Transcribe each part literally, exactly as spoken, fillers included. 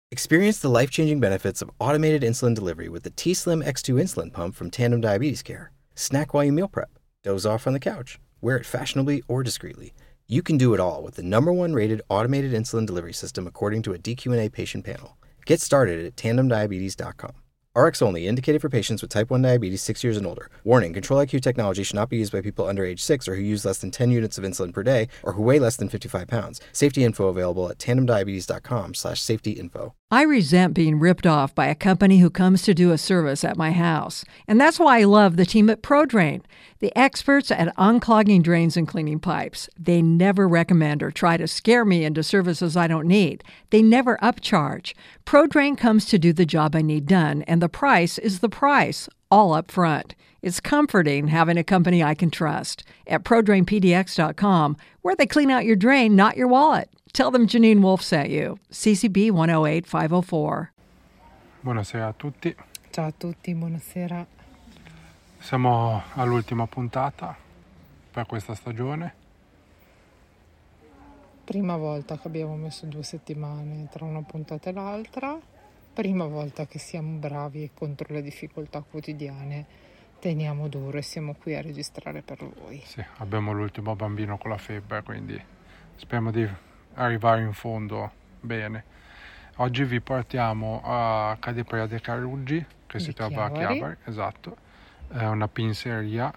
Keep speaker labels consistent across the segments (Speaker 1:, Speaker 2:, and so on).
Speaker 1: Experience the life-changing benefits of automated insulin delivery with the t:slim X two insulin pump from Tandem Diabetes Care. Snack while you meal prep, doze off on the couch, wear it fashionably or discreetly. You can do it all with the number one rated automated insulin delivery system according to a D Q N A patient panel. Get started at tandem diabetes dot com. R X only, indicated for patients with type one diabetes six years and older. Warning, Control-IQ technology should not be used by people under age six or who use less than ten units of insulin per day or who weigh less than fifty-five pounds. Safety info available at tandem diabetes dot com slash safety info.
Speaker 2: I resent being ripped off by a company who comes to do a service at my house. And that's why I love the team at ProDrain, the experts at unclogging drains and cleaning pipes. They never recommend or try to scare me into services I don't need. They never upcharge. ProDrain comes to do the job I need done, and the price is the price, all up front. It's comforting having a company I can trust. At pro drain p d x dot com, where they clean out your drain, not your wallet. Tell them Janine Wolf sent you. C C B one oh eight five oh four.
Speaker 3: Buonasera a tutti.
Speaker 4: Ciao a tutti, buonasera.
Speaker 3: Siamo all'ultima puntata per questa stagione.
Speaker 4: Prima volta che abbiamo messo due settimane tra una puntata e l'altra. Prima volta che siamo bravi e contro le difficoltà quotidiane teniamo duro e siamo qui a registrare per voi.
Speaker 3: Sì, abbiamo l'ultimo bambino con la febbre, quindi speriamo di arrivare in fondo bene. Oggi vi portiamo a Cadeprea de Caruggi, che
Speaker 4: Di
Speaker 3: si trova
Speaker 4: Chiavari.
Speaker 3: a Chiavari, esatto. È una pinzeria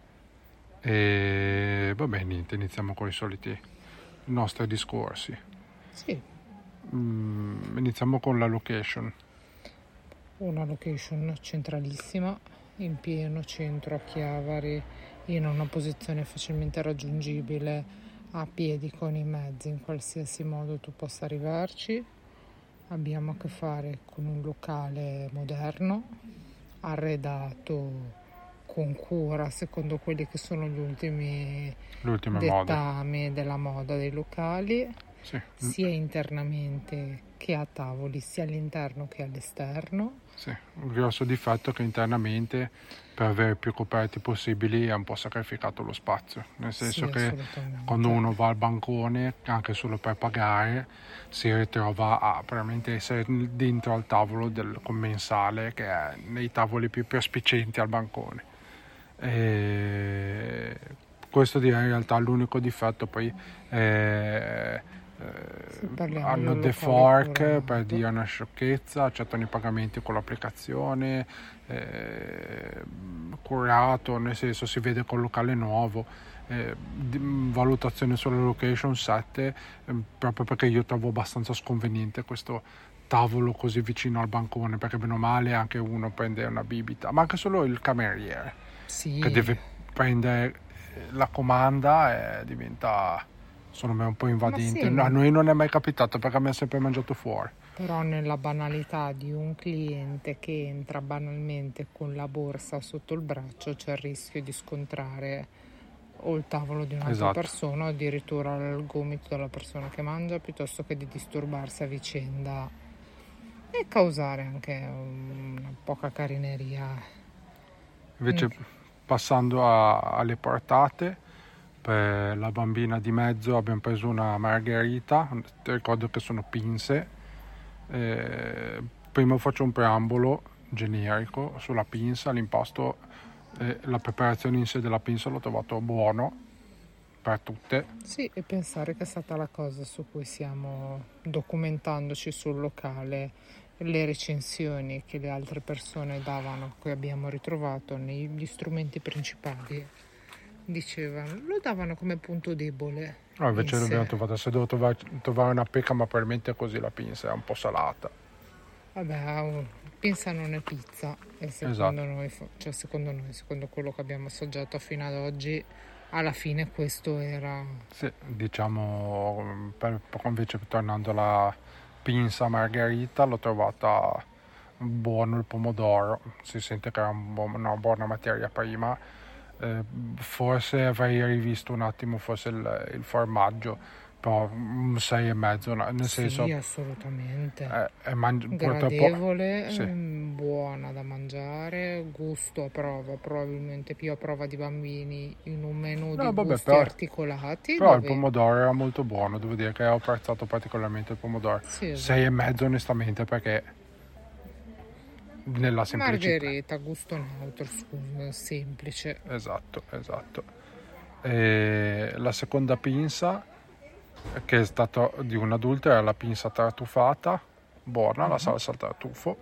Speaker 3: e vabbè, niente, iniziamo con i soliti nostri discorsi.
Speaker 4: Sì,
Speaker 3: Mm, iniziamo con la location.
Speaker 4: una location centralissima, in pieno centro a Chiavari, in una posizione facilmente raggiungibile a piedi con i mezzi, in qualsiasi modo tu possa arrivarci. Abbiamo a che fare con un locale moderno, arredato con cura secondo quelli che sono gli ultimi
Speaker 3: L'ultima moda.
Speaker 4: dettami della moda dei locali,
Speaker 3: Sì.
Speaker 4: sia internamente che a tavoli, sia all'interno che all'esterno.
Speaker 3: Sì, un grosso difetto è che internamente, per avere più coperti possibili, è un po' sacrificato lo spazio, nel senso
Speaker 4: Sì,
Speaker 3: che
Speaker 4: assolutamente.
Speaker 3: quando uno va al bancone, anche solo per pagare, si ritrova a veramente essere dentro al tavolo del commensale, che è nei tavoli più perspicenti al bancone. E questo direi in realtà è l'unico difetto. Poi eh,
Speaker 4: Sì,
Speaker 3: eh,
Speaker 4: parliamo
Speaker 3: hanno
Speaker 4: di un
Speaker 3: The
Speaker 4: locale
Speaker 3: Fork
Speaker 4: curato.
Speaker 3: per dire una sciocchezza, accettano i pagamenti con l'applicazione, eh, curato, nel senso si vede col locale nuovo. Eh, di- valutazione sulla location sette, eh, proprio perché io trovo abbastanza sconveniente questo tavolo così vicino al bancone, perché bene o male anche uno prende una bibita, ma anche solo il cameriere
Speaker 4: Sì,
Speaker 3: che deve prendere la comanda e diventa, secondo me, un po' invadente.
Speaker 4: sì,
Speaker 3: No,
Speaker 4: ma-
Speaker 3: a noi non è mai capitato perché mi ha sempre mangiato fuori.
Speaker 4: però nella banalità di un cliente che entra banalmente con la borsa sotto il braccio c'è il rischio di scontrare o il tavolo di un'altra
Speaker 3: Esatto.
Speaker 4: persona o addirittura il gomito della persona che mangia, piuttosto che di disturbarsi a vicenda e causare anche una poca carineria.
Speaker 3: Invece,
Speaker 4: Mm.
Speaker 3: passando a- alle portate, per la bambina di mezzo abbiamo preso una margherita. Ti ricordo che sono pinze. Eh, prima faccio un preambolo generico sulla pinza. L'impasto, eh, la preparazione in sé della pinza l'ho trovato buono per tutte.
Speaker 4: Sì, e pensare che è stata la cosa su cui stiamo documentandoci sul locale, le recensioni che le altre persone davano, che abbiamo ritrovato negli strumenti principali, dicevano, lo davano come punto debole.
Speaker 3: No, invece
Speaker 4: in sé.
Speaker 3: l'abbiamo trovata. Se devo trovare, trovare una pecca, ma probabilmente così la pinza è un po' salata.
Speaker 4: Vabbè, oh, pizza non è pizza, e secondo
Speaker 3: Esatto.
Speaker 4: noi, cioè secondo noi, secondo quello che abbiamo assaggiato fino ad oggi, alla fine questo era...
Speaker 3: Sì, diciamo, per, per invece tornando alla pinza margherita, l'ho trovata buono il pomodoro, si sente che era un buon- una buona materia prima. Eh, forse avrei rivisto un attimo forse il, il formaggio, però un sei e mezzo, no, nel senso
Speaker 4: Sì, assolutamente.
Speaker 3: è, è mangi- purtroppo
Speaker 4: Gradevole,
Speaker 3: sì.
Speaker 4: ehm, buona da mangiare, gusto a prova, probabilmente più a prova di bambini in un menù
Speaker 3: No,
Speaker 4: di
Speaker 3: vabbè,
Speaker 4: gusti
Speaker 3: però,
Speaker 4: articolati.
Speaker 3: però il
Speaker 4: Dove...
Speaker 3: pomodoro era molto buono, devo dire che ho apprezzato particolarmente il pomodoro.
Speaker 4: Sì, esatto.
Speaker 3: Sei e mezzo onestamente, perché nella semplicità.
Speaker 4: Margherita, gusto neutro, scusa, semplice.
Speaker 3: Esatto, esatto. E la seconda pinza, che è stata di un adulto, era la pinza tartufata, buona,
Speaker 4: Mm-hmm.
Speaker 3: la salsa al tartufo.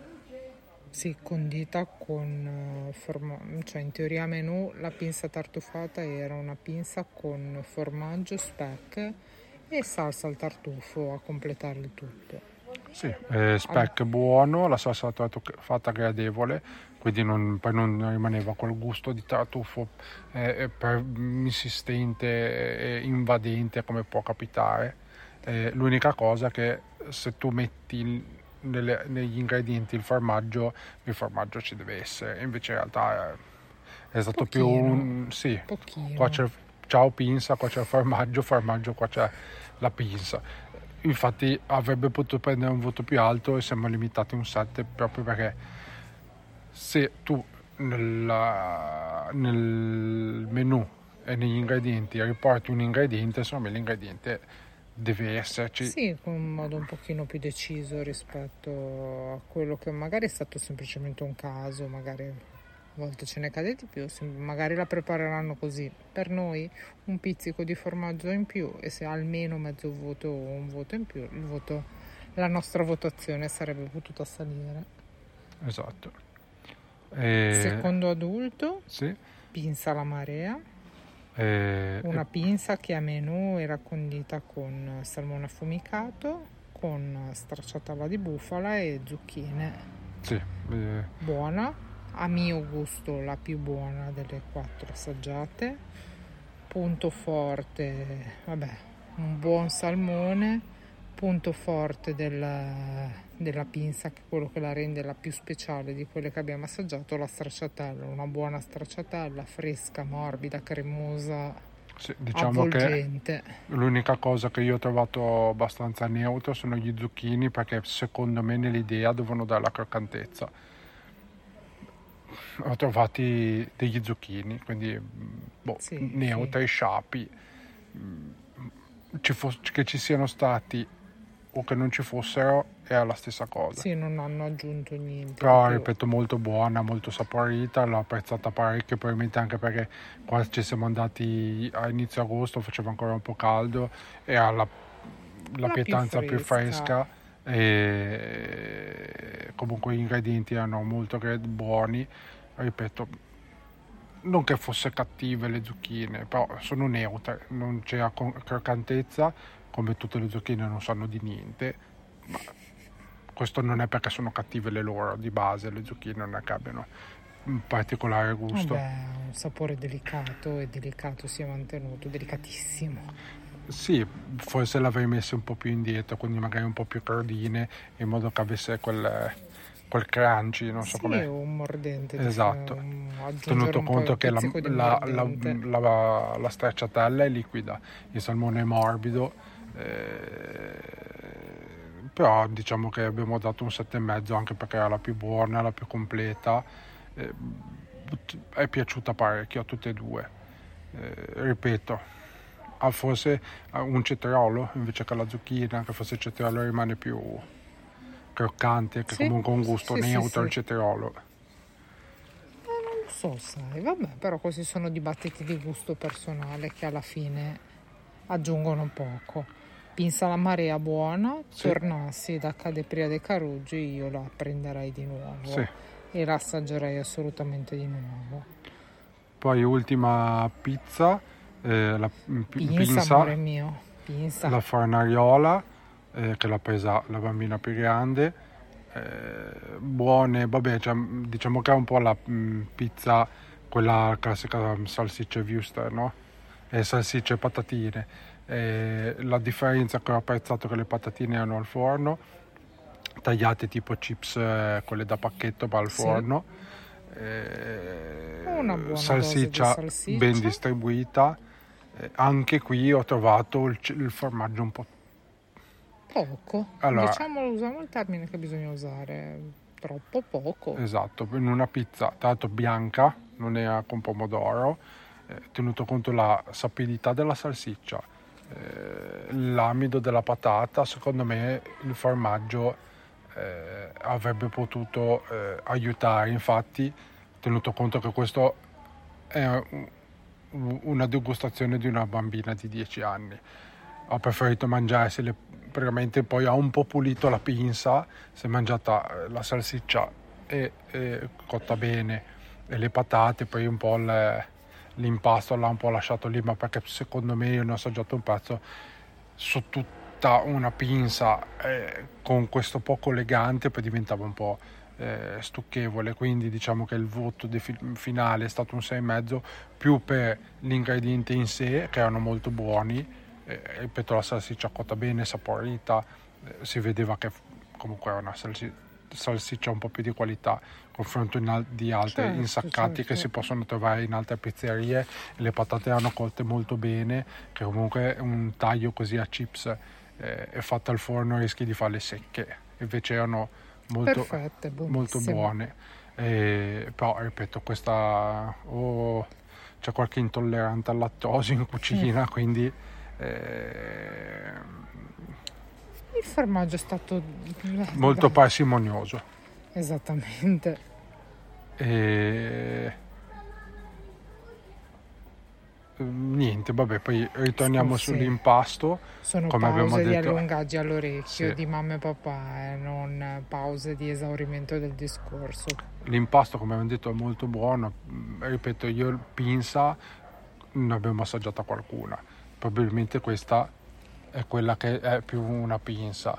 Speaker 4: Sì, condita con eh, forma... cioè in teoria menù la pinza tartufata era una pinza con formaggio, speck e salsa al tartufo a completare il tutto.
Speaker 3: Sì, eh, speck buono, la salsa tartufata gradevole, quindi non, poi non rimaneva quel gusto di tartufo eh, per, insistente e invadente come può capitare. Eh, l'unica cosa è che se tu metti nelle, negli ingredienti il formaggio, il formaggio ci deve essere, invece in realtà è, è stato
Speaker 4: Pochino,
Speaker 3: più un... sì,
Speaker 4: pochino.
Speaker 3: qua c'è ciao pinza, qua c'è il formaggio, formaggio, qua c'è la pinza. Infatti avrebbe potuto prendere un voto più alto e siamo limitati a un sette, proprio perché se tu nella, nel menù e negli ingredienti riporti un ingrediente, secondo me l'ingrediente deve esserci.
Speaker 4: Sì, con un modo un pochino più deciso rispetto a quello che magari è stato semplicemente un caso, magari a volte ce ne cade di più, magari la prepareranno così. Per noi un pizzico di formaggio in più, e se almeno mezzo voto o un voto in più, il voto, la nostra votazione sarebbe potuta salire.
Speaker 3: Esatto. E...
Speaker 4: Secondo adulto,
Speaker 3: sì.
Speaker 4: pinza alla marea.
Speaker 3: E...
Speaker 4: Una pinza che a menù era condita con salmone affumicato, con stracciatella di bufala e zucchine.
Speaker 3: Sì. E...
Speaker 4: buona, a mio gusto la più buona delle quattro assaggiate. Punto forte, vabbè, un buon salmone. Punto forte della, della pinza, che è quello che la rende la più speciale di quelle che abbiamo assaggiato, la stracciatella, una buona stracciatella fresca, morbida, cremosa,
Speaker 3: sì, diciamo
Speaker 4: avvolgente.
Speaker 3: Che l'unica cosa che io ho trovato abbastanza neutro sono gli zucchini, perché secondo me nell'idea devono dare la croccantezza. Ho trovati degli zucchini, quindi boh,
Speaker 4: Sì,
Speaker 3: neutri,
Speaker 4: sì.
Speaker 3: sciapi, ci fosse, che ci siano stati o che non ci fossero è la stessa cosa.
Speaker 4: Sì, non hanno aggiunto niente.
Speaker 3: Però ripeto, molto buona, molto saporita, l'ho apprezzata parecchio, probabilmente anche perché qua ci siamo andati a inizio agosto, faceva ancora un po' caldo, era la, la, la pietanza più fresca. più fresca e comunque gli ingredienti erano molto buoni. Ripeto, non che fosse cattive le zucchine, però sono neutre, non c'era croccantezza, come tutte le zucchine non sanno di niente, ma questo non è perché sono cattive le loro, di base le zucchine non è che abbiano un particolare gusto.
Speaker 4: Vabbè, un sapore delicato, e delicato si è mantenuto, delicatissimo.
Speaker 3: Sì, forse l'avrei messo un po' più indietro, quindi magari un po' più crodine, in modo che avesse quel, quel crunchy, non so
Speaker 4: sì,
Speaker 3: come.
Speaker 4: un mordente.
Speaker 3: Esatto,
Speaker 4: Um,
Speaker 3: tenuto conto che la, la, la, la, la stracciatella è liquida, il salmone è morbido, eh, però diciamo che abbiamo dato un sette e mezzo anche perché era la più buona, la più completa, eh, è piaciuta parecchio a tutte e due, eh, ripeto. Ah, forse un cetriolo invece che la zucchina, che forse il cetriolo rimane più croccante, che
Speaker 4: sì,
Speaker 3: comunque ha un gusto
Speaker 4: sì,
Speaker 3: neutro
Speaker 4: sì,
Speaker 3: il
Speaker 4: sì.
Speaker 3: cetriolo.
Speaker 4: Eh, non so, sai, vabbè, però questi sono dibattiti di gusto personale che alla fine aggiungono poco. Pinza alla marea buona, sì. Tornassi da Cadepria dei Caruggi io la prenderei di nuovo,
Speaker 3: sì.
Speaker 4: E la assaggerei assolutamente di nuovo.
Speaker 3: Poi ultima pizza. Eh, la
Speaker 4: pinza,
Speaker 3: pinza,
Speaker 4: amore mio, pinza.
Speaker 3: La fornaiola, eh, che l'ha presa la bambina più grande, eh, buone, vabbè, cioè, diciamo che è un po' la mh, pizza, quella classica salsicce Wuster, no? E salsicce e patatine. Eh, la differenza che ho apprezzato che le patatine erano al forno, tagliate tipo chips, eh, quelle da pacchetto ma al
Speaker 4: sì.
Speaker 3: forno. Eh,
Speaker 4: Una buona
Speaker 3: salsiccia,
Speaker 4: dose di salsiccia
Speaker 3: ben distribuita. Eh, anche qui ho trovato il, il formaggio un po'
Speaker 4: poco,
Speaker 3: allora,
Speaker 4: diciamo, usiamo il termine che bisogna usare, troppo poco.
Speaker 3: Esatto, in una pizza, tra l'altro bianca, non era con pomodoro, eh, tenuto conto la sapidità della salsiccia, eh, l'amido della patata, secondo me il formaggio eh, avrebbe potuto eh, aiutare. Infatti, tenuto conto che questo è un, una degustazione di una bambina di dieci anni, ho preferito mangiarsi le, praticamente poi ha un po' pulito la pinza, si è mangiata la salsiccia e, e cotta bene e le patate, poi un po' le, l'impasto l'ha un po' lasciato lì, ma perché secondo me io ne ho assaggiato un pezzo su tutta una pinza eh, con questo poco elegante, poi diventava un po' eh, stucchevole, quindi diciamo che il voto de- finale è stato un sei e mezzo, più per gli ingredienti in sé che erano molto buoni. Eh, ripeto, la salsiccia cotta bene, saporita, eh, si vedeva che comunque era una salsi- salsiccia un po' più di qualità confronto in al- di altri
Speaker 4: Certo,
Speaker 3: insaccati
Speaker 4: certo.
Speaker 3: che si possono trovare in altre pizzerie. Le patate erano cotte molto bene, che comunque un taglio così a chips eh, è fatto al forno, rischi di farle secche, invece erano molto,
Speaker 4: Perfette,
Speaker 3: molto
Speaker 4: buonissime.
Speaker 3: buone. Eh, però ripeto, questa oh, c'è qualche intollerante al lattosio in cucina, quindi Eh,
Speaker 4: Il formaggio è stato
Speaker 3: molto
Speaker 4: dai,
Speaker 3: parsimonioso.
Speaker 4: esattamente.
Speaker 3: E... niente, vabbè, poi ritorniamo
Speaker 4: Sì, sì.
Speaker 3: sull'impasto.
Speaker 4: Sono
Speaker 3: come abbiamo
Speaker 4: pause di
Speaker 3: detto,
Speaker 4: allungaggi all'orecchio
Speaker 3: sì.
Speaker 4: di mamma e papà, eh, non pause di esaurimento del discorso.
Speaker 3: L'impasto, come abbiamo detto, è molto buono. Ripeto, io il pinza ne abbiamo assaggiata qualcuna, probabilmente questa è quella che è più una pinza.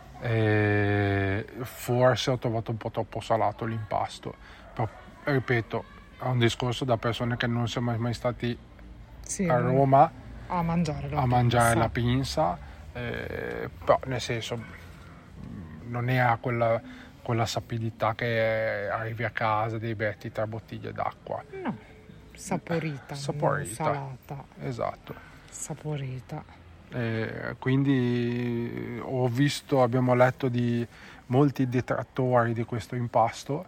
Speaker 3: E forse ho trovato un po' troppo salato l'impasto, però ripeto, è un discorso da persone che non siamo mai stati
Speaker 4: Sì,
Speaker 3: a Roma
Speaker 4: a mangiare la
Speaker 3: a mangiare
Speaker 4: pizza.
Speaker 3: la pinza, eh, però nel senso non era quella, quella sapidità che arrivi a casa, devi berti tre bottiglie d'acqua.
Speaker 4: No, saporita,
Speaker 3: Saporita.
Speaker 4: non salata,
Speaker 3: Esatto.
Speaker 4: saporita.
Speaker 3: Eh, quindi ho visto, abbiamo letto di molti detrattori di questo impasto.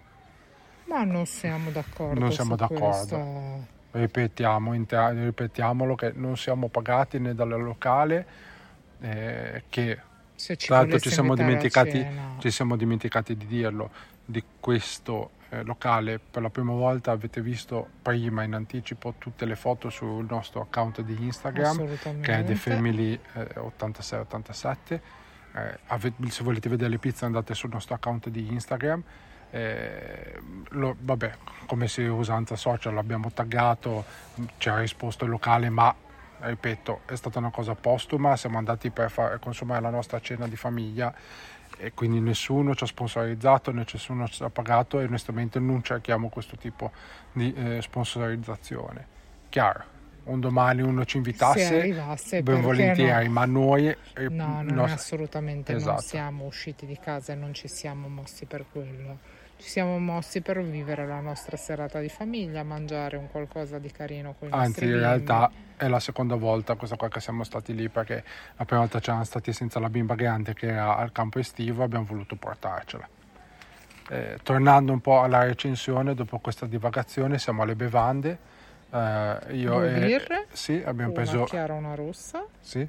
Speaker 4: Ma non siamo d'accordo
Speaker 3: Non siamo
Speaker 4: su
Speaker 3: d'accordo.
Speaker 4: questa-
Speaker 3: Ripetiamo, inter- ripetiamolo che non siamo pagati né dal locale, eh, che
Speaker 4: Se ci
Speaker 3: tra l'altro
Speaker 4: volesse
Speaker 3: ci siamo,
Speaker 4: invitare a
Speaker 3: dimenticati,
Speaker 4: cena.
Speaker 3: ci siamo dimenticati di dirlo, di questo eh, locale. Per la prima volta avete visto prima in anticipo tutte le foto sul nostro account di Instagram,
Speaker 4: Assolutamente.
Speaker 3: che è The Family eh, ottantasei ottantasette. Eh, ave- se volete vedere le pizze andate sul nostro account di Instagram. Eh, lo, vabbè, come si usanza social, l'abbiamo taggato, ci ha risposto il locale, ma ripeto, è stata una cosa postuma, siamo andati per far consumare la nostra cena di famiglia e quindi nessuno ci ha sponsorizzato, nessuno ci ha pagato e onestamente non cerchiamo questo tipo di eh, sponsorizzazione. Chiaro, un domani uno ci invitasse,
Speaker 4: Se arrivasse,
Speaker 3: ben
Speaker 4: perché
Speaker 3: volentieri,
Speaker 4: no?
Speaker 3: ma noi eh,
Speaker 4: No, non
Speaker 3: no-
Speaker 4: è assolutamente,
Speaker 3: esatto.
Speaker 4: non siamo usciti di casa e non ci siamo mossi per quello. Ci siamo mossi per vivere la nostra serata di famiglia, mangiare un qualcosa di carino con i
Speaker 3: Anzi,
Speaker 4: nostri
Speaker 3: in
Speaker 4: bimbi.
Speaker 3: realtà è la seconda volta questa qua che siamo stati lì, perché la prima volta c'erano stati senza la bimba grande che era al campo estivo, abbiamo voluto portarcela. Eh, tornando un po' alla recensione, dopo questa divagazione siamo alle bevande. Eh, io
Speaker 4: Due
Speaker 3: e-
Speaker 4: birre,
Speaker 3: sì, abbiamo
Speaker 4: una
Speaker 3: preso
Speaker 4: chiara, una rossa,
Speaker 3: sì,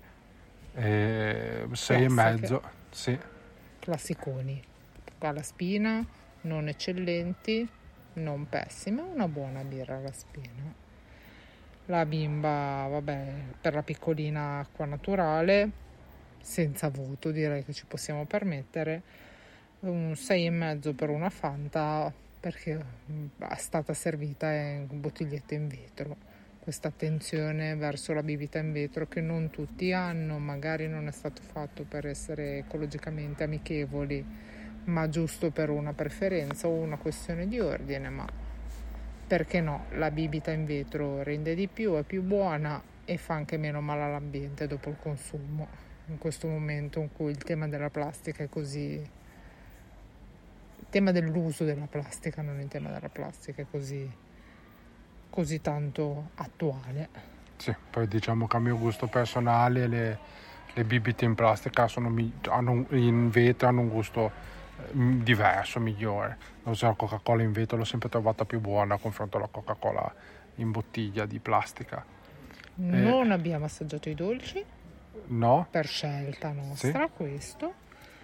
Speaker 3: eh, sei e
Speaker 4: Classiche.
Speaker 3: mezzo, sì,
Speaker 4: classiconi, alla spina, non eccellenti, non pessime, una buona birra alla spina. La bimba, vabbè, per la piccolina acqua naturale, senza voto, direi che ci possiamo permettere. Un sei e mezzo per una Fanta, perché è stata servita in bottigliette in vetro. Questa attenzione verso la bibita in vetro che non tutti hanno, magari non è stato fatto per essere ecologicamente amichevoli, ma giusto per una preferenza o una questione di ordine, ma perché no? La bibita in vetro rende di più, è più buona e fa anche meno male all'ambiente dopo il consumo, in questo momento in cui il tema della plastica è così, il tema dell'uso della plastica, non il tema della plastica, è così, così tanto attuale.
Speaker 3: sì. Poi diciamo che a mio gusto personale le, le bibite in plastica sono, mi- hanno un- in vetro hanno un gusto diverso, migliore. La Coca-Cola in vetro l'ho sempre trovata più buona a confronto alla Coca-Cola in bottiglia di plastica.
Speaker 4: Non eh, abbiamo assaggiato i dolci?
Speaker 3: No.
Speaker 4: Per scelta nostra, sì. Questo.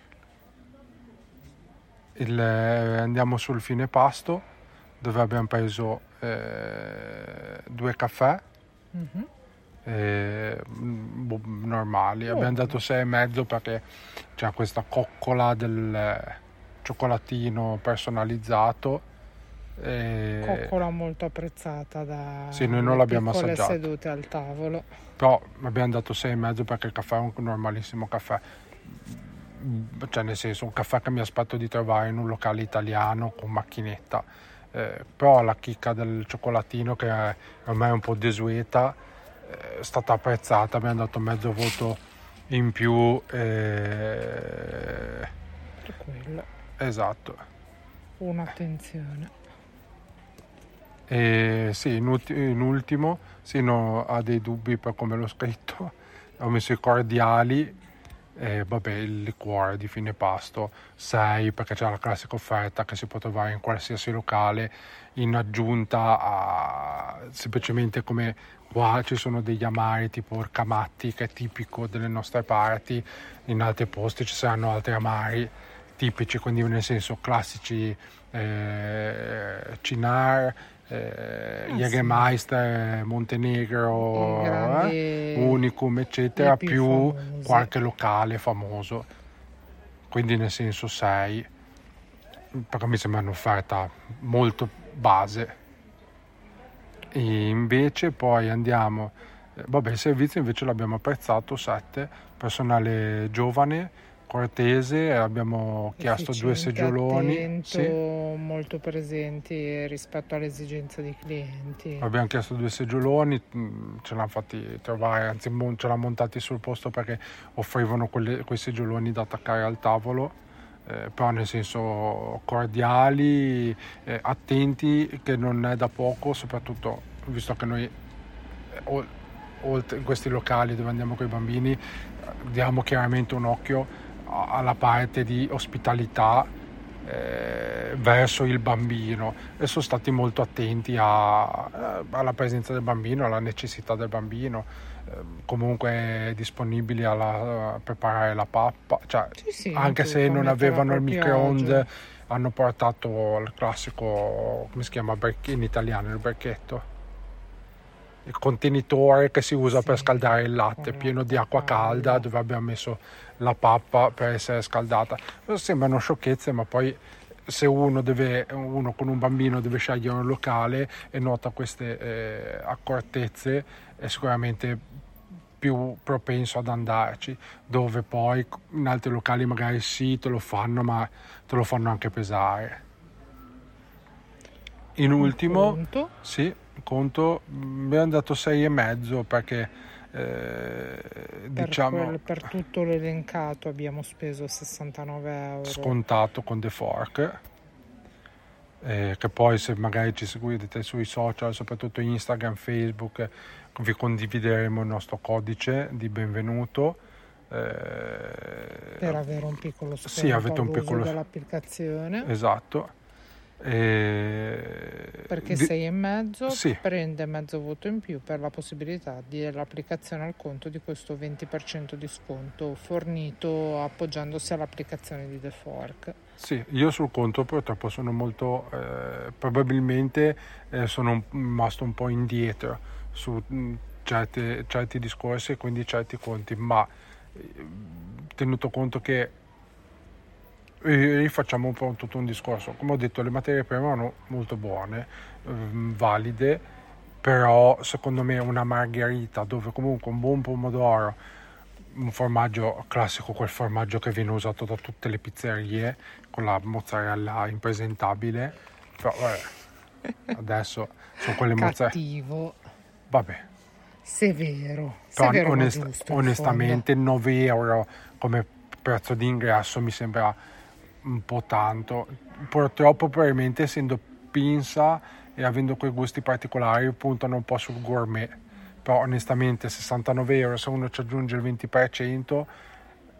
Speaker 3: Il, andiamo sul fine pasto, dove abbiamo preso eh, due caffè. Mm-hmm. Eh, normali, oh. Abbiamo dato sei e mezzo perché c'è questa coccola del cioccolatino personalizzato, e...
Speaker 4: coccola molto apprezzata da
Speaker 3: sì, noi non l'abbiamo assaggiato,
Speaker 4: sedute al tavolo,
Speaker 3: però abbiamo dato sei e mezzo perché il caffè è un normalissimo caffè, cioè nel senso un caffè che mi aspetto di trovare in un locale italiano con macchinetta, eh, però la chicca del cioccolatino, che è ormai un po' desueta, è stata apprezzata. Abbiamo dato mezzo voto in più, eh...
Speaker 4: quello.
Speaker 3: Esatto,
Speaker 4: un'attenzione.
Speaker 3: E sì, in, ulti- in ultimo sì, no, ha dei dubbi per come l'ho scritto, ho messo i cordiali e vabbè, il liquore di fine pasto sei, perché c'è la classica offerta che si può trovare in qualsiasi locale, in aggiunta a semplicemente, come qua ci sono degli amari tipo Orcamatti, che è tipico delle nostre parti, in altri posti ci saranno altri amari tipici, quindi nel senso classici, eh, Cynar, eh, ah, Jägermeister, sì. Montenegro, eh, Unicum eccetera, più, più qualche locale famoso, quindi nel senso sei, perché mi sembra un'offerta molto base. E invece poi andiamo, eh, vabbè, il servizio invece l'abbiamo apprezzato, sette, personale giovane, cortese, abbiamo chiesto due seggioloni,
Speaker 4: attento,
Speaker 3: sì.
Speaker 4: molto presenti rispetto alle esigenze dei clienti.
Speaker 3: Abbiamo chiesto due seggioloni, ce l'hanno fatti trovare, anzi ce l'hanno montati sul posto perché offrivano quelle, quei seggioloni da attaccare al tavolo, eh, però nel senso cordiali, eh, attenti, che non è da poco, soprattutto visto che noi eh, oltre in questi locali dove andiamo con i bambini diamo chiaramente un occhio alla parte di ospitalità eh, verso il bambino, e sono stati molto attenti a, alla presenza del bambino, alla necessità del bambino, eh, comunque disponibili alla, a preparare la pappa, cioè,
Speaker 4: sì, sì,
Speaker 3: anche se non avevano il microonde, hanno portato il classico, come si chiama in italiano, il berchetto, il contenitore che si usa sì, per scaldare il latte, pieno di acqua calda, dove abbiamo messo la pappa per essere scaldata. Sembrano sciocchezze, ma poi se uno deve, uno con un bambino deve scegliere un locale e nota queste eh, accortezze, è sicuramente più propenso ad andarci, dove poi in altri locali magari sì, te lo fanno, ma te lo fanno anche pesare. In ultimo,
Speaker 4: conto.
Speaker 3: sì, conto, abbiamo dato sei e mezzo perché eh,
Speaker 4: per
Speaker 3: diciamo
Speaker 4: quel, per tutto l'elencato abbiamo speso sessantanove euro
Speaker 3: scontato con The Fork, eh, che poi se magari ci seguite sui social, soprattutto Instagram, Facebook, vi condivideremo il nostro codice di benvenuto, eh,
Speaker 4: per avere un piccolo sconto,
Speaker 3: sì, avete un piccolo
Speaker 4: dell'applicazione,
Speaker 3: esatto. E...
Speaker 4: perché di... sei e mezzo
Speaker 3: sì.
Speaker 4: prende mezzo voto in più per la possibilità dell'applicazione al conto di questo venti per cento di sconto fornito appoggiandosi all'applicazione di The Fork.
Speaker 3: Sì, io sul conto purtroppo sono molto eh, probabilmente eh, sono rimasto un po' indietro su mh, certi, certi discorsi e quindi certi conti, ma eh, tenuto conto che e facciamo un po' tutto un discorso, come ho detto, le materie prime erano molto buone, ehm, valide, però secondo me una margherita dove comunque un buon pomodoro, un formaggio classico, quel formaggio che viene usato da tutte le pizzerie con la mozzarella impresentabile, però vabbè, adesso sono quelle mozzarella
Speaker 4: cattivo,
Speaker 3: vabbè,
Speaker 4: severo,
Speaker 3: però
Speaker 4: severo
Speaker 3: onest-
Speaker 4: giusto,
Speaker 3: onestamente nove euro come prezzo di ingresso mi sembra un po' tanto, purtroppo probabilmente essendo pinza e avendo quei gusti particolari puntano un po' sul gourmet, però onestamente sessantanove euro, se uno ci aggiunge il venti per cento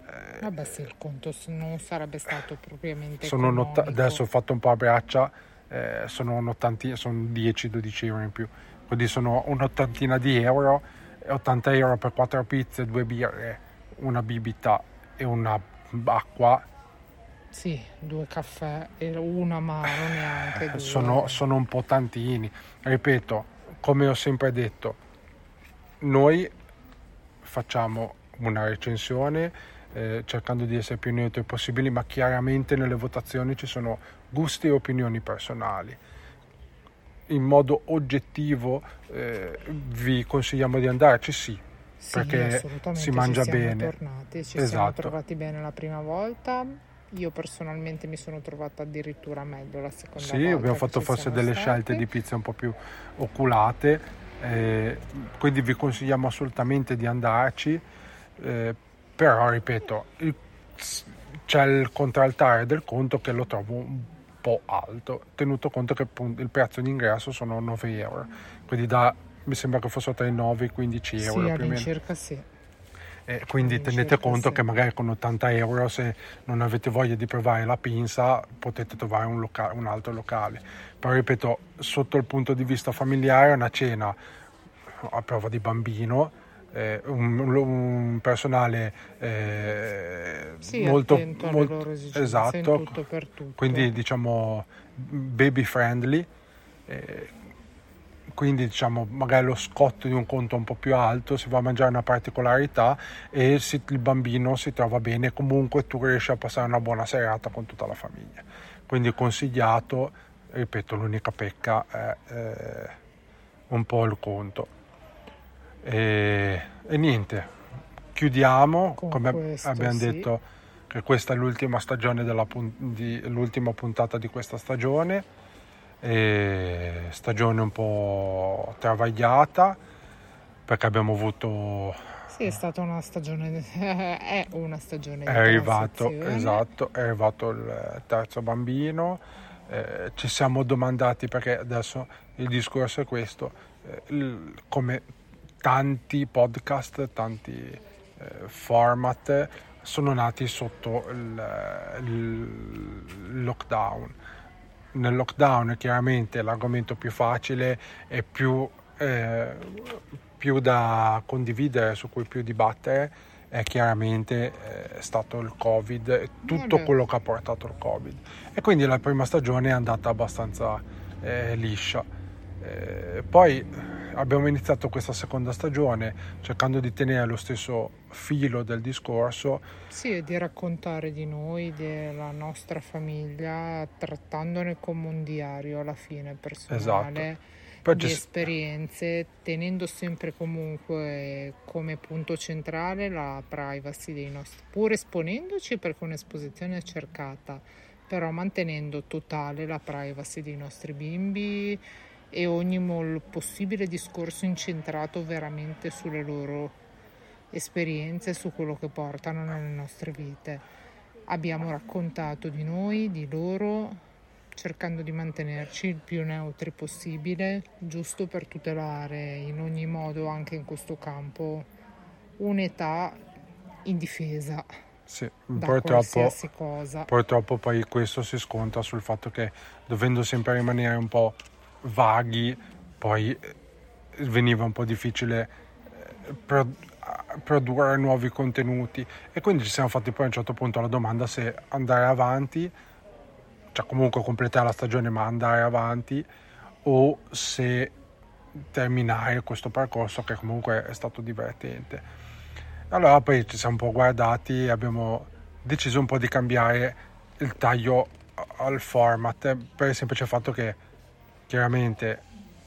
Speaker 4: Vabbè sì, il conto non sarebbe stato propriamente
Speaker 3: sono
Speaker 4: economico.
Speaker 3: Adesso ho fatto un po' a braccia, eh, sono un'ottantina, sono dieci dodici euro in più, quindi sono un'ottantina di euro, ottanta euro per quattro pizze, due birre, una bibita e una acqua.
Speaker 4: Sì, due caffè e una mano, neanche due.
Speaker 3: Sono, sono un po' tantini. Ripeto, come ho sempre detto, noi facciamo una recensione eh, cercando di essere più neutri possibili, ma chiaramente nelle votazioni ci sono gusti e opinioni personali. In modo oggettivo eh, vi consigliamo di andarci, sì,
Speaker 4: sì,
Speaker 3: perché si mangia
Speaker 4: ci siamo
Speaker 3: bene.
Speaker 4: Tornati, ci
Speaker 3: esatto.
Speaker 4: siamo trovati bene la prima volta. Io personalmente mi sono trovata addirittura meglio la seconda
Speaker 3: sì,
Speaker 4: volta. Sì,
Speaker 3: abbiamo fatto forse delle
Speaker 4: stati.
Speaker 3: scelte di pizze un po' più oculate, eh, quindi vi consigliamo assolutamente di andarci, eh, però ripeto, il, c'è il contraltare del conto che lo trovo un po' alto, tenuto conto che il prezzo di ingresso sono nove euro, quindi da, mi sembra che fossero tra i nove e i quindici euro.
Speaker 4: Sì,
Speaker 3: più o meno.
Speaker 4: all'incirca sì.
Speaker 3: Eh, quindi tenete conto sì. che magari con ottanta euro, se non avete voglia di provare la pinza, potete trovare un, loca- un altro locale. Però ripeto, sotto il punto di vista familiare, una cena a prova di bambino, eh, un, un personale eh,
Speaker 4: sì,
Speaker 3: molto,
Speaker 4: attento
Speaker 3: molto
Speaker 4: alle loro esigenze,
Speaker 3: esatto,
Speaker 4: in tutto per tutto.
Speaker 3: Quindi diciamo baby friendly. Eh, quindi diciamo magari lo scotto di un conto un po' più alto, si va a mangiare una particolarità e si, il bambino si trova bene, comunque tu riesci a passare una buona serata con tutta la famiglia, quindi consigliato. Ripeto, l'unica pecca è eh, un po' il conto e, e niente, chiudiamo con come questo, abbiamo sì. detto che questa è l'ultima stagione della di, l'ultima puntata di questa stagione. E stagione un po' travagliata perché abbiamo avuto
Speaker 4: sì, è stata una stagione è una stagione di
Speaker 3: è arrivato esatto è arrivato il terzo bambino, eh, ci siamo domandati, perché adesso il discorso è questo, eh, il, come tanti podcast, tanti eh, format sono nati sotto il, il lockdown. Nel lockdown chiaramente l'argomento più facile e più, eh, più da condividere, su cui più dibattere, è chiaramente eh, stato il Covid e tutto mm-hmm. quello che ha portato il Covid. E quindi la prima stagione è andata abbastanza eh, liscia. Eh, poi abbiamo iniziato questa seconda stagione cercando di tenere lo stesso filo del discorso.
Speaker 4: Sì, e di raccontare di noi, della nostra famiglia, trattandone come un diario alla fine personale, esatto. di esperienze, tenendo sempre comunque come punto centrale la privacy dei nostri, pur esponendoci perché un'esposizione è cercata, però mantenendo totale la privacy dei nostri bimbi e ogni possibile discorso incentrato veramente sulle loro esperienze, su quello che portano nelle nostre vite. Abbiamo raccontato di noi, di loro, cercando di mantenerci il più neutri possibile, giusto per tutelare in ogni modo, anche in questo campo, un'età indifesa.
Speaker 3: Sì,
Speaker 4: da
Speaker 3: purtroppo,
Speaker 4: qualsiasi cosa.
Speaker 3: Purtroppo poi questo si scontra sul fatto che, dovendo sempre rimanere un po' vaghi, poi veniva un po' difficile pro- produrre nuovi contenuti, e quindi ci siamo fatti poi a un certo punto la domanda se andare avanti, cioè comunque completare la stagione ma andare avanti, o se terminare questo percorso che comunque è stato divertente. Allora poi ci siamo un po' guardati e abbiamo deciso un po' di cambiare il taglio al format, per il semplice fatto che chiaramente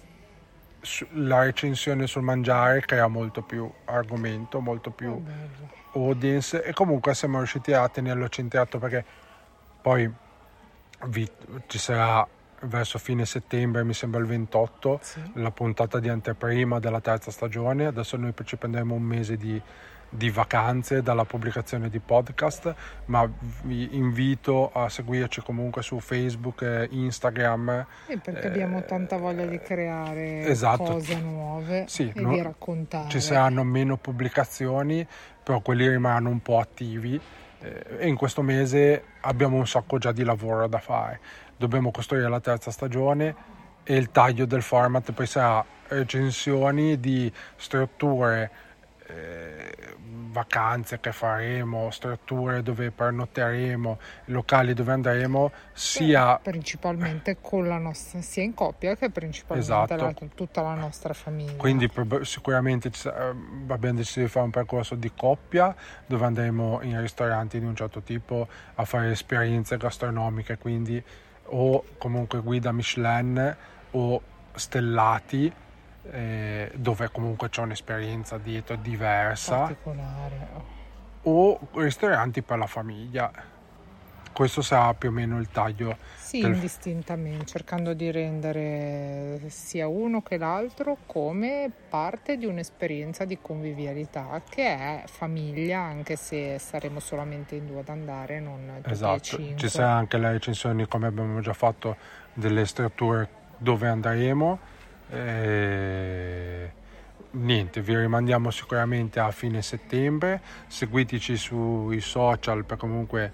Speaker 3: la recensione sul mangiare crea molto più argomento, molto più audience, e comunque siamo riusciti a tenerlo centrato, perché poi vi, ci sarà verso fine settembre, mi sembra il ventotto, sì. la puntata di anteprima della terza stagione. Adesso noi ci prenderemo un mese di di vacanze dalla pubblicazione di podcast, ma vi invito a seguirci comunque su Facebook e Instagram,
Speaker 4: eh, perché eh, abbiamo tanta voglia di creare
Speaker 3: esatto.
Speaker 4: cose nuove, sì, e
Speaker 3: no,
Speaker 4: di raccontare.
Speaker 3: Ci saranno meno pubblicazioni però quelli rimarranno un po' attivi, eh, e in questo mese abbiamo un sacco già di lavoro da fare. Dobbiamo costruire la terza stagione e il taglio del format poi sarà recensioni di strutture, eh, vacanze che faremo, strutture dove pernotteremo, locali dove andremo, sia
Speaker 4: Beh, principalmente con la nostra, sia in coppia che principalmente
Speaker 3: esatto.
Speaker 4: la, tutta la nostra famiglia.
Speaker 3: Quindi sicuramente abbiamo deciso di fare un percorso di coppia dove andremo in ristoranti di un certo tipo a fare esperienze gastronomiche, quindi o comunque guida Michelin o stellati, eh, dove comunque c'è un'esperienza dietro diversa,
Speaker 4: particolare,
Speaker 3: o ristoranti per la famiglia. Questo sarà più o meno il taglio.
Speaker 4: Sì,
Speaker 3: del...
Speaker 4: indistintamente, cercando di rendere sia uno che l'altro come parte di un'esperienza di convivialità che è famiglia, anche se saremo solamente in due ad andare, non tutti
Speaker 3: esatto.
Speaker 4: e cinque.
Speaker 3: Ci sarà anche le recensioni, come abbiamo già fatto, delle strutture dove andremo. E... niente, vi rimandiamo sicuramente a fine settembre. Seguiteci sui social, perché comunque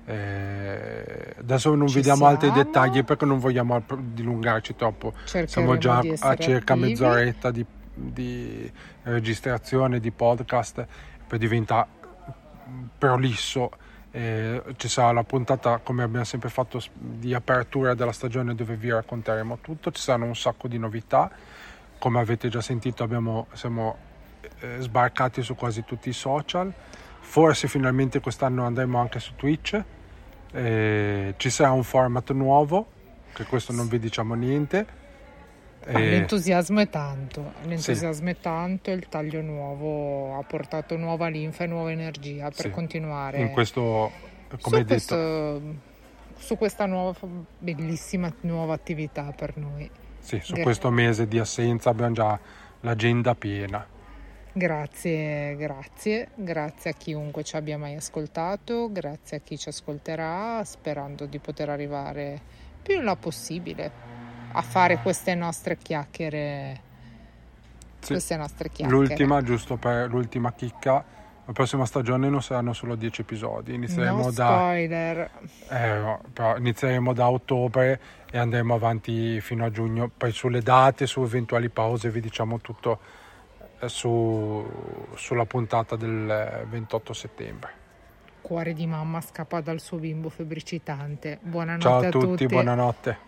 Speaker 3: eh, adesso non
Speaker 4: Ci
Speaker 3: vi diamo
Speaker 4: siamo.
Speaker 3: altri dettagli perché non vogliamo dilungarci troppo.
Speaker 4: Cercheremo
Speaker 3: siamo già
Speaker 4: di
Speaker 3: a circa
Speaker 4: attivi.
Speaker 3: mezz'oretta di, di registrazione di podcast, poi diventa prolisso. Eh, ci sarà la puntata, come abbiamo sempre fatto, di apertura della stagione, dove vi racconteremo tutto. Ci saranno un sacco di novità, come avete già sentito. Abbiamo, siamo eh, sbarcati su quasi tutti i social. Forse finalmente quest'anno andremo anche su Twitch. Eh, ci sarà un format nuovo, che questo non vi diciamo niente.
Speaker 4: Ah,
Speaker 3: eh,
Speaker 4: l'entusiasmo è tanto, l'entusiasmo
Speaker 3: sì.
Speaker 4: è tanto, il taglio nuovo ha portato nuova linfa e nuova energia per
Speaker 3: sì.
Speaker 4: continuare
Speaker 3: in questo, come
Speaker 4: su,
Speaker 3: detto,
Speaker 4: questo, su questa nuova bellissima nuova attività per noi.
Speaker 3: Sì, su
Speaker 4: Gra-
Speaker 3: questo mese di assenza abbiamo già l'agenda piena.
Speaker 4: Grazie, grazie, grazie a chiunque ci abbia mai ascoltato, grazie a chi ci ascolterà, sperando di poter arrivare più in là possibile a fare queste nostre chiacchiere.
Speaker 3: Sì.
Speaker 4: Queste nostre chiacchiere.
Speaker 3: L'ultima, giusto per l'ultima chicca, la prossima stagione non saranno solo dieci episodi, inizieremo
Speaker 4: no
Speaker 3: da
Speaker 4: spoiler.
Speaker 3: Eh, no, però inizieremo da ottobre e andremo avanti fino a giugno. Poi sulle date, su eventuali pause vi diciamo tutto eh, su, sulla puntata del ventotto settembre.
Speaker 4: Cuore di mamma scappa dal suo bimbo febbricitante. Buonanotte
Speaker 3: Ciao a
Speaker 4: a
Speaker 3: tutti,
Speaker 4: tutti.
Speaker 3: buonanotte.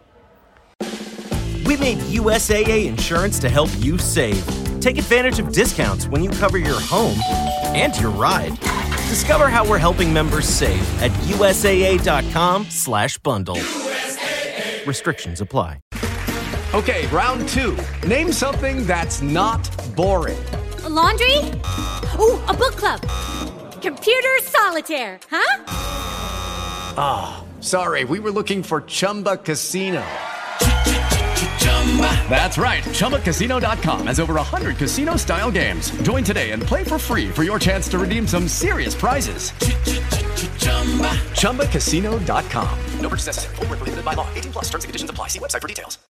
Speaker 5: We made U S A A Insurance to help you save. Take advantage of discounts when you cover your home and your ride. Discover how we're helping members save at U S A A dot com slash bundle. Restrictions apply.
Speaker 6: Okay, round two. Name something that's not boring.
Speaker 7: A laundry? Ooh, a book club. Computer solitaire, huh?
Speaker 6: Ah, oh, sorry, we were looking for Chumba Casino. That's right, Chumba Casino dot com has over one hundred casino-style games. Join today and play for free for your chance to redeem some serious prizes. Chumba Casino dot com. No purchase necessary. Void where prohibited by law. eighteen plus terms and conditions apply. See website for details.